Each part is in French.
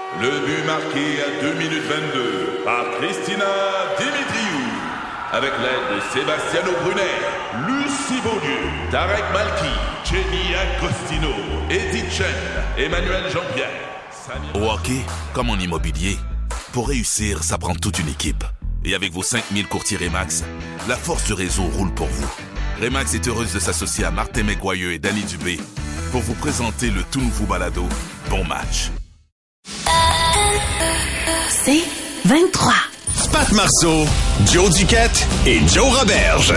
Le but marqué à 2 minutes 22 par Christina Dimitriou. Avec l'aide de Sebastiano Brunet, Lucie Beaulieu, Tarek Malki, Jenny Agostino, Edith Chen, Emmanuel Jean-Pierre. Au hockey, comme en immobilier, pour réussir, ça prend toute une équipe. Et avec vos 5000 courtiers Remax, la force du réseau roule pour vous. Remax est heureuse de s'associer à Martin McGuire et Danny Dubé pour vous présenter le tout nouveau balado Bon Match. C'est 23. Pat Marceau, Joe Duquette et Joe Roberge.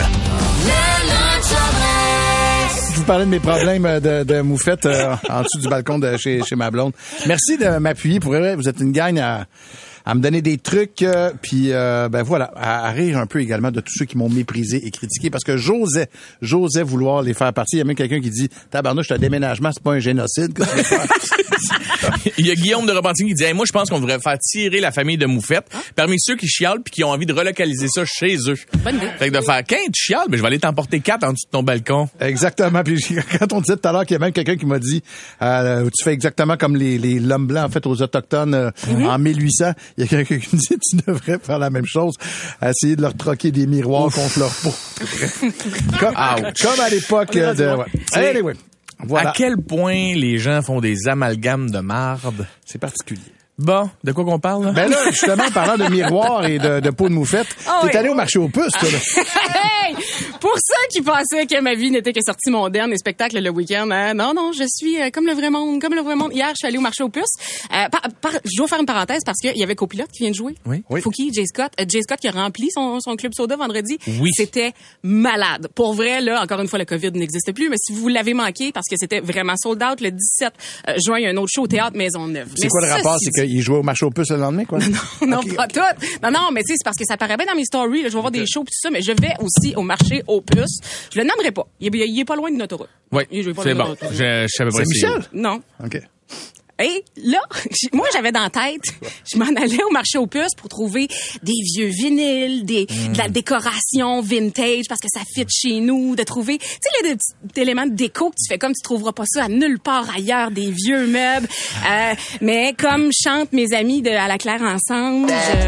Je vous parlais de mes problèmes de moufette en dessous du balcon de chez ma blonde. Merci de m'appuyer. Pour vrai, vous êtes une gang à me donner des trucs, puis ben voilà, à rire un peu également de tous ceux qui m'ont méprisé et critiqué, parce que j'osais vouloir les faire partie. Il y a même quelqu'un qui dit « Tabarnouche, c'est un déménagement, c'est pas un génocide. » Il y a Guillaume de Repentigny qui dit hey, « Moi, je pense qu'on devrait faire tirer la famille de moufettes parmi ceux qui chialent puis qui ont envie de relocaliser ça chez eux. » Bonne idée. Fait que de faire « Quand tu chiales, ben, je vais aller t'emporter 4 en dessous de ton balcon. » Exactement. Puis quand on disait tout à l'heure qu'il y a même quelqu'un qui m'a dit tu fais exactement comme l'homme blanc, en fait, aux Autochtones en 1800. Il y a quelqu'un qui me dit tu devrais faire la même chose, essayer de leur troquer des miroirs contre leur peau. comme à l'époque de... Ouais. Anyway, voilà. À quel point les gens font des amalgames de marde. C'est particulier. Bon, de quoi qu'on parle, là? Ben là, justement, parlant de miroirs et de peau de moufette, t'es allé au marché aux puces, toi, là. Hey! Pour ceux qui pensaient que ma vie n'était que sortie mondaine et spectacle le week-end, hein, non, je suis comme le vrai monde, Hier, je suis allée au marché aux puces. Je dois faire une parenthèse parce qu'il y avait Copilote qui vient de jouer. Oui. Fouki, Jay Scott qui a rempli son club soda vendredi. Oui. C'était malade. Pour vrai, là, encore une fois, le COVID n'existe plus, mais si vous l'avez manqué parce que c'était vraiment sold out, le 17 juin, il y a un autre show au Théâtre Maisonneuve. C'est quoi le rapport? C'est qu'il jouait au marché aux puces le lendemain, quoi? Non, okay. Pas tout. Non, mais tu sais, c'est parce que ça paraît bien dans mes stories. Là, je vais voir des shows pis tout ça, mais je vais aussi au marché aux puces. Je le nommerai pas. Il est pas loin d'une autoroute. Oui, c'est bon. Je savais pas. C'est Michel? Non. OK. Et là, moi, j'avais dans la tête, je m'en allais au marché aux puces pour trouver des vieux vinyles, de la décoration vintage parce que ça fit chez nous, de trouver, tu sais, les petits éléments de déco que tu fais comme tu trouveras pas ça à nulle part ailleurs, des vieux meubles. Mais comme chantent mes amis à la Claire ensemble,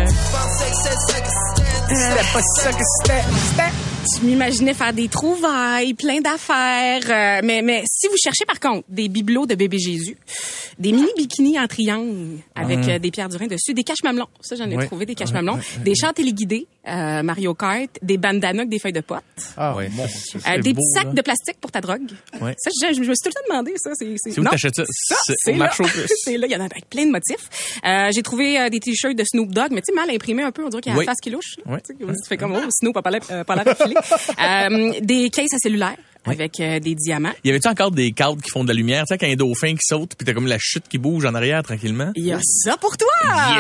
je m'imaginais faire des trouvailles, plein d'affaires. Mais si vous cherchez, par contre, des bibelots de bébé Jésus, des mini bikinis en triangle avec des pierres du Rhin dessus, des caches-mamelons. Ça, j'en ai trouvé, des caches-mamelons. Des chants téléguidés, Mario Kart, des bandanas avec des feuilles de pote. Ah oui. Bon, des petits sacs de plastique pour ta drogue. Ouais. Ça, je me suis tout le temps demandé, ça. C'est où t'achètes ça? C'est au marché aux puces. C'est là, il y en a avec plein de motifs. J'ai trouvé des t-shirts de Snoop Dogg, mais tu sais, mal imprimé un peu, on dirait qu'il y a la face qui louche. Oui. Tu fais comme, Snoop a pas l'air affilé. Des cases à cellulaire. Avec des diamants. Y avait-tu encore des cadres qui font de la lumière? Tu sais, quand il y a un dauphin qui saute, puis t'as comme la chute qui bouge en arrière tranquillement? Il y a ça pour toi!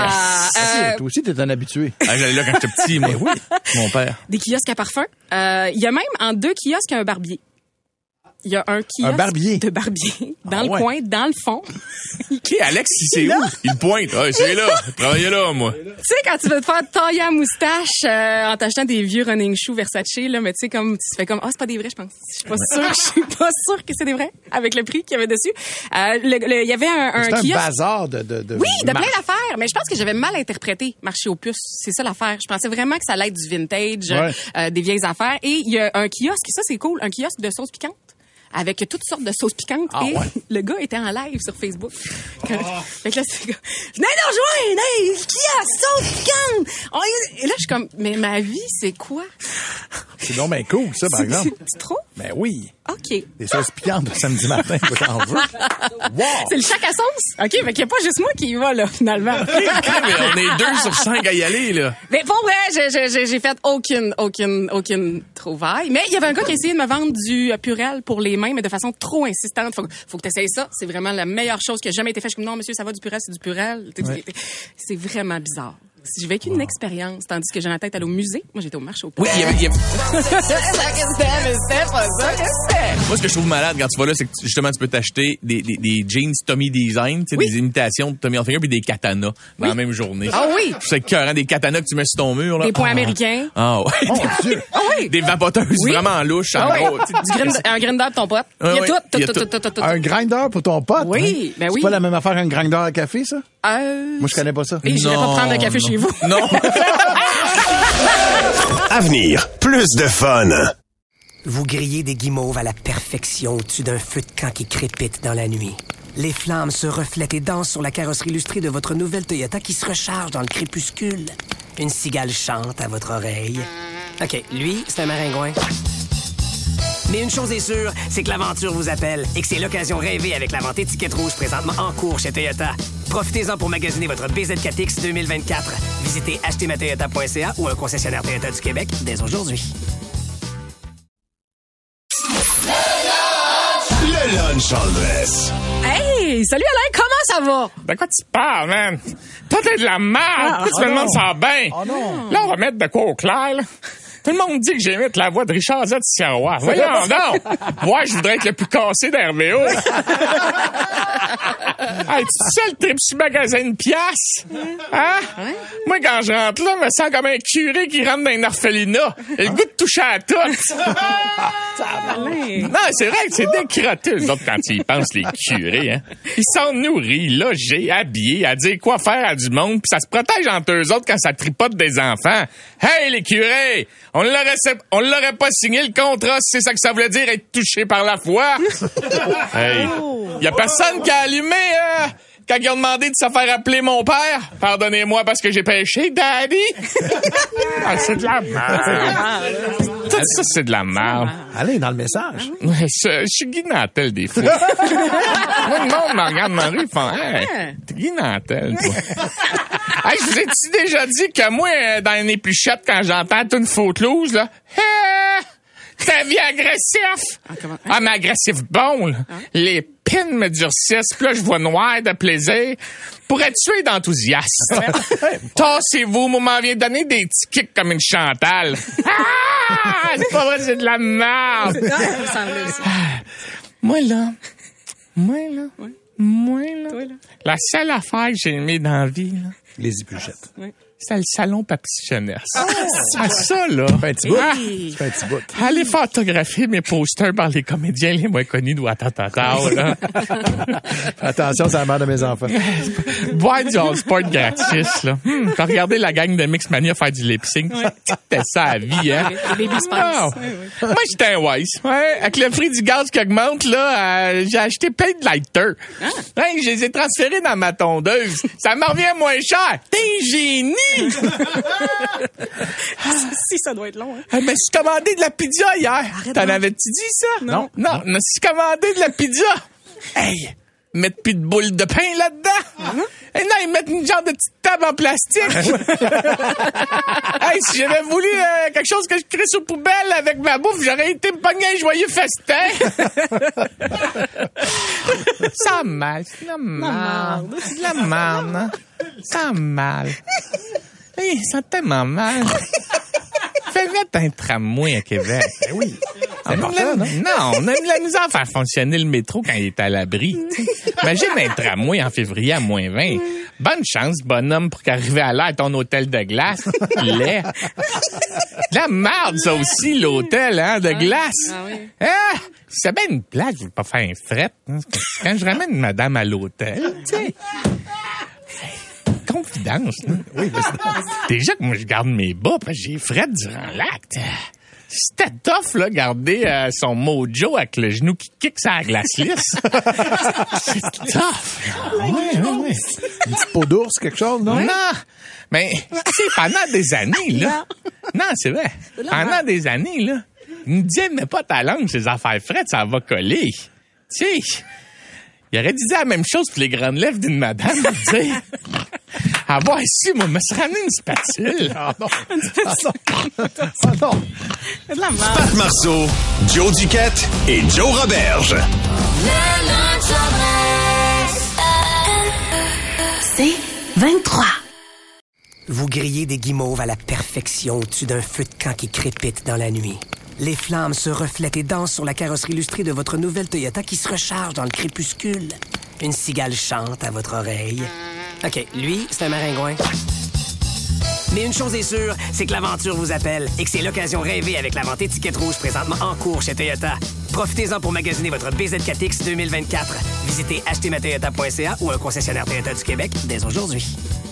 Yes! Toi aussi, t'es un habitué. J'allais là quand j'étais petit, moi. Oui. Mon père. Des kiosques à parfum. Il y a même en 2 kiosques un barbier. Il y a un kiosque de barbier dans le coin, dans le fond. OK, Alex, c'est où? Il pointe. Ah, c'est là. Travaillez là, moi. Tu sais, quand tu veux te faire tailler la moustache en t'achetant des vieux running shoes Versace, là, mais tu sais, comme tu te fais comme, c'est pas des vrais, je pense. Je suis pas sûre que c'est des vrais, avec le prix qu'il y avait dessus. Il y avait un kiosque. C'est un bazar de Oui, de plein d'affaires. Mais je pense que j'avais mal interprété marché aux puces. C'est ça l'affaire. Je pensais vraiment que ça allait être du vintage, des vieilles affaires. Et il y a un kiosque, ça c'est cool, un kiosque de sauce piquante. Avec toutes sortes de sauces piquantes. Le gars était en live sur Facebook. Fait que là, c'est le gars, venez nous rejoindre! Hey, qui a sauce piquante? Et là, je suis comme, mais ma vie, c'est quoi? C'est donc bien cool, ça, par exemple. Tu trouves? Ben oui. OK. Des sauces piquantes de samedi matin, t'en veux. Wow! C'est le chac à sauce? OK, fait qu'il n'y a pas juste moi qui y va, là, finalement. Mais on est 2 sur 5 à y aller, là. Mais pour vrai, j'ai fait aucune trouvaille. Mais il y avait un gars qui a essayé de me vendre du Purell pour les mains, mais de façon trop insistante. Faut que tu essayes ça. C'est vraiment la meilleure chose qui a jamais été faite. Je suis comme, non, monsieur, ça va du Purell, c'est du Purell. C'est vraiment bizarre. Si j'ai vécu une expérience, tandis que Jonathan est allé au musée, moi j'étais au marché aux puces. Oui, il y avait... Moi, ce que je trouve malade quand tu vas là, c'est que justement, tu peux t'acheter des jeans Tommy Design, tu sais, des imitations de Tommy Hilfiger puis des katanas dans la même journée. Ah oui! C'est écœurant, des katanas que tu mets sur ton mur, là. Des points américains. Ah ouais. Mon Dieu. Ah oui! Des vapoteuses vraiment louches. Ah en gros. oui! Un grinder de ton pote. Ah Il y a oui. tout. Il y a tout. Un grinder pour ton pote? Oui, hein? ben oui. C'est pas la même affaire qu'un grinder à café, ça? Moi, je connais pas ça. Et je vais pas prendre un café chez vous. Non. Avenir, plus de fun. Vous grillez des guimauves à la perfection au-dessus d'un feu de camp qui crépite dans la nuit. Les flammes se reflètent et dansent sur la carrosserie illustrée de votre nouvelle Toyota qui se recharge dans le crépuscule. Une cigale chante à votre oreille. OK, lui, c'est un maringouin. Mais une chose est sûre, c'est que l'aventure vous appelle et que c'est l'occasion rêvée avec la vente étiquette rouge présentement en cours chez Toyota. Profitez-en pour magasiner votre BZ4X 2024. Visitez achetermatoyota.ca ou un concessionnaire Toyota du Québec dès aujourd'hui. Le lunch Andress. Hey! Salut Alain, comment ça va? De quoi tu parles, man? Toi, t'es de la merde. Tu me demandes ça bien. Oh non. Là, on va mettre de quoi au clair, là. Tout le monde dit que j'imite la voix de Richard Z. Sirois. Voyons donc! Moi, je voudrais être le plus cassé d'RBO. Hey, tu sais le trip sur magasin de piastres? Hein? Ouais. Moi, quand je rentre là, je me sens comme un curé qui rentre dans un orphelinat. Et le goût de toucher à tout. Non, c'est vrai que c'est décroté, eux autres, quand ils y pensent, les curés, hein. Ils sont nourris, logés, habillés, à dire quoi faire à du monde, puis ça se protège entre eux autres quand ça tripote des enfants. Hey, les curés! On l'aurait pas signé le contrat si c'est ça que ça voulait dire, être touché par la foi. Hey, y a personne qui a allumé, quand ils ont demandé de se faire appeler mon père. Pardonnez-moi parce que j'ai péché, Daddy. Ah, c'est de la merde. Tout ça, c'est de la merde. Allez, dans le message. Je suis Guy Nantel, des fois. Moi, le monde me regarde dans la rue, ils font, hey, t'es Guy Nantel, toi. Hey, je vous ai-tu déjà dit que moi, dans une épluchette, quand j'entends toute une Footloose, là, hey, ta vie agressif. Ah, mais agressif bon, là. Les pins me durcissent, puis là, je vois noir de plaisir. Pour être tué d'enthousiasme. Tassez-vous, moi, m'en vient donner des petits kicks comme une Chantal. Ah! C'est pas vrai, c'est de la merde. Moi, là. La seule affaire que j'ai aimée dans la vie, là. Les épluchettes. Oui. C'est le salon Papy Jeunesse. Ah, ça, là. Ça fait un petit bout. Ça fait un petit bout. Allez photographier mes posters par les comédiens les moins connus de Ouattatata, là. Attention, c'est la mère de mes enfants. Boire du All-Sport gratis, là. T'as regardé la gang de Mixmania faire du lip-sync. C'était ça à vie, hein. Les Baby Spice. Oh. Moi, j'étais un wise. Ouais, avec le prix du gaz qui augmente, là, j'ai acheté plein de lighters. Ouais, je les ai transférés dans ma tondeuse. Ça me revient moins cher. T'es génie! Si, ça doit être long, hein. Je me suis commandé de la pizza hier. T'en avais-tu dit ça? Non. Non, je me suis commandé de la pizza. Hey! Mettre plus de boules de pain là-dedans. Et non, ils mettent une genre de petite table en plastique. Hey, si j'avais voulu quelque chose que je crée sur poubelle avec ma bouffe, j'aurais été me pogner un joyeux festin. Ça a mal, c'est de la merde. C'est de la merde, hein? Ça a mal. Hey, ça a tellement mal. Fais mettre un tramway à Québec. Ben oui. C'est important, non? Non, on a de la misère à faire fonctionner le métro quand il est à l'abri. Imagine un tramway en février à moins 20. Bonne chance, bonhomme, pour qu'arriver à l'heure à ton hôtel de glace. Lait. De la merde, ça aussi, l'hôtel, hein, de glace. Ah oui. Ah! Si c'est bien une place, je veux pas faire un fret. Hein. Quand je ramène madame à l'hôtel, tu sais... Confidence, là. Oui, déjà que moi, je garde mes bas parce que j'ai fret durant l'acte. C'était tough, là, garder son mojo avec le genou qui kick sur la glace lisse. C'est tough. Ouais. Une petite peau d'ours, quelque chose, non? Non, mais, tu sais, pendant des années, là... Non, c'est vrai. Pendant des années, là, il me disait, mais pas ta langue, ces affaires frettes, ça va coller. Tu sais... Il aurait dit la même chose pour les grandes lèvres d'une madame. Tu sais, ah bon, ici, moi, me serais ramené une spatule. Ah non. Ah non. C'est de la merde. Pat Marceau, Joe Duquette et Joe Roberge. C'est 23. Vous grillez des guimauves à la perfection au-dessus d'un feu de camp qui crépite dans la nuit. Les flammes se reflètent et dansent sur la carrosserie illustrée de votre nouvelle Toyota qui se recharge dans le crépuscule. Une cigale chante à votre oreille. OK, lui, c'est un maringouin. Mais une chose est sûre, c'est que l'aventure vous appelle et que c'est l'occasion rêvée avec la vente étiquette rouge présentement en cours chez Toyota. Profitez-en pour magasiner votre BZ4X 2024. Visitez achetermatoyota.ca ou un concessionnaire Toyota du Québec dès aujourd'hui.